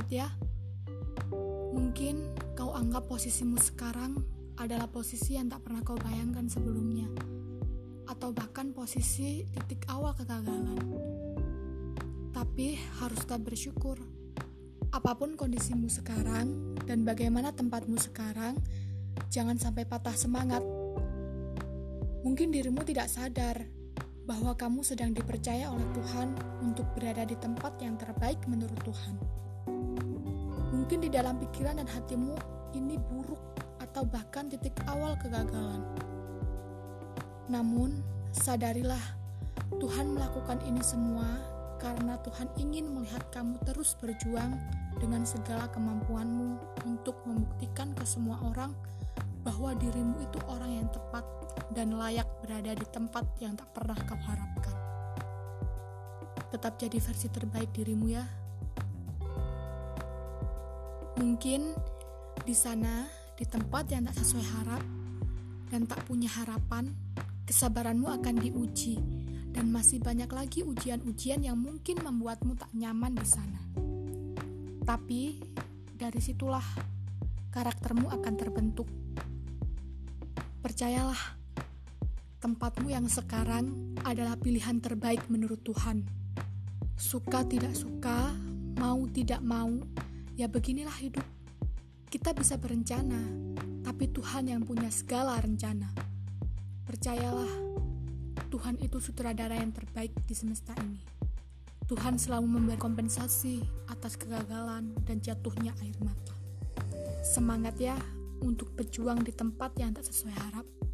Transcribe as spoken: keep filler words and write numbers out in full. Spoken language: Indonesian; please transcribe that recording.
Semangat ya. Mungkin kau anggap posisimu sekarang adalah posisi yang tak pernah kau bayangkan sebelumnya, atau bahkan posisi titik awal kegagalan. Tapi harus tetap bersyukur. Apapun kondisimu sekarang dan bagaimana tempatmu sekarang, jangan sampai patah semangat. Mungkin dirimu tidak sadar bahwa kamu sedang dipercaya oleh Tuhan untuk berada di tempat yang terbaik menurut Tuhan. Mungkin di dalam pikiran dan hatimu ini buruk atau bahkan titik awal kegagalan. Namun, sadarilah Tuhan melakukan ini semua karena Tuhan ingin melihat kamu terus berjuang dengan segala kemampuanmu untuk membuktikan ke semua orang bahwa dirimu itu orang yang tepat dan layak berada di tempat yang tak pernah kau harapkan. Tetap jadi versi terbaik dirimu ya. Mungkin di sana, di tempat yang tak sesuai harap dan tak punya harapan, kesabaranmu akan diuji dan masih banyak lagi ujian-ujian yang mungkin membuatmu tak nyaman di sana. Tapi dari situlah karaktermu akan terbentuk. Percayalah, tempatmu yang sekarang adalah pilihan terbaik menurut Tuhan. Suka tidak suka, mau tidak mau, ya beginilah hidup. Kita bisa berencana, tapi Tuhan yang punya segala rencana. Percayalah, Tuhan itu sutradara yang terbaik di semesta ini. Tuhan selalu memberi kompensasi atas kegagalan dan jatuhnya air mata. Semangat ya untuk berjuang di tempat yang tak sesuai harap.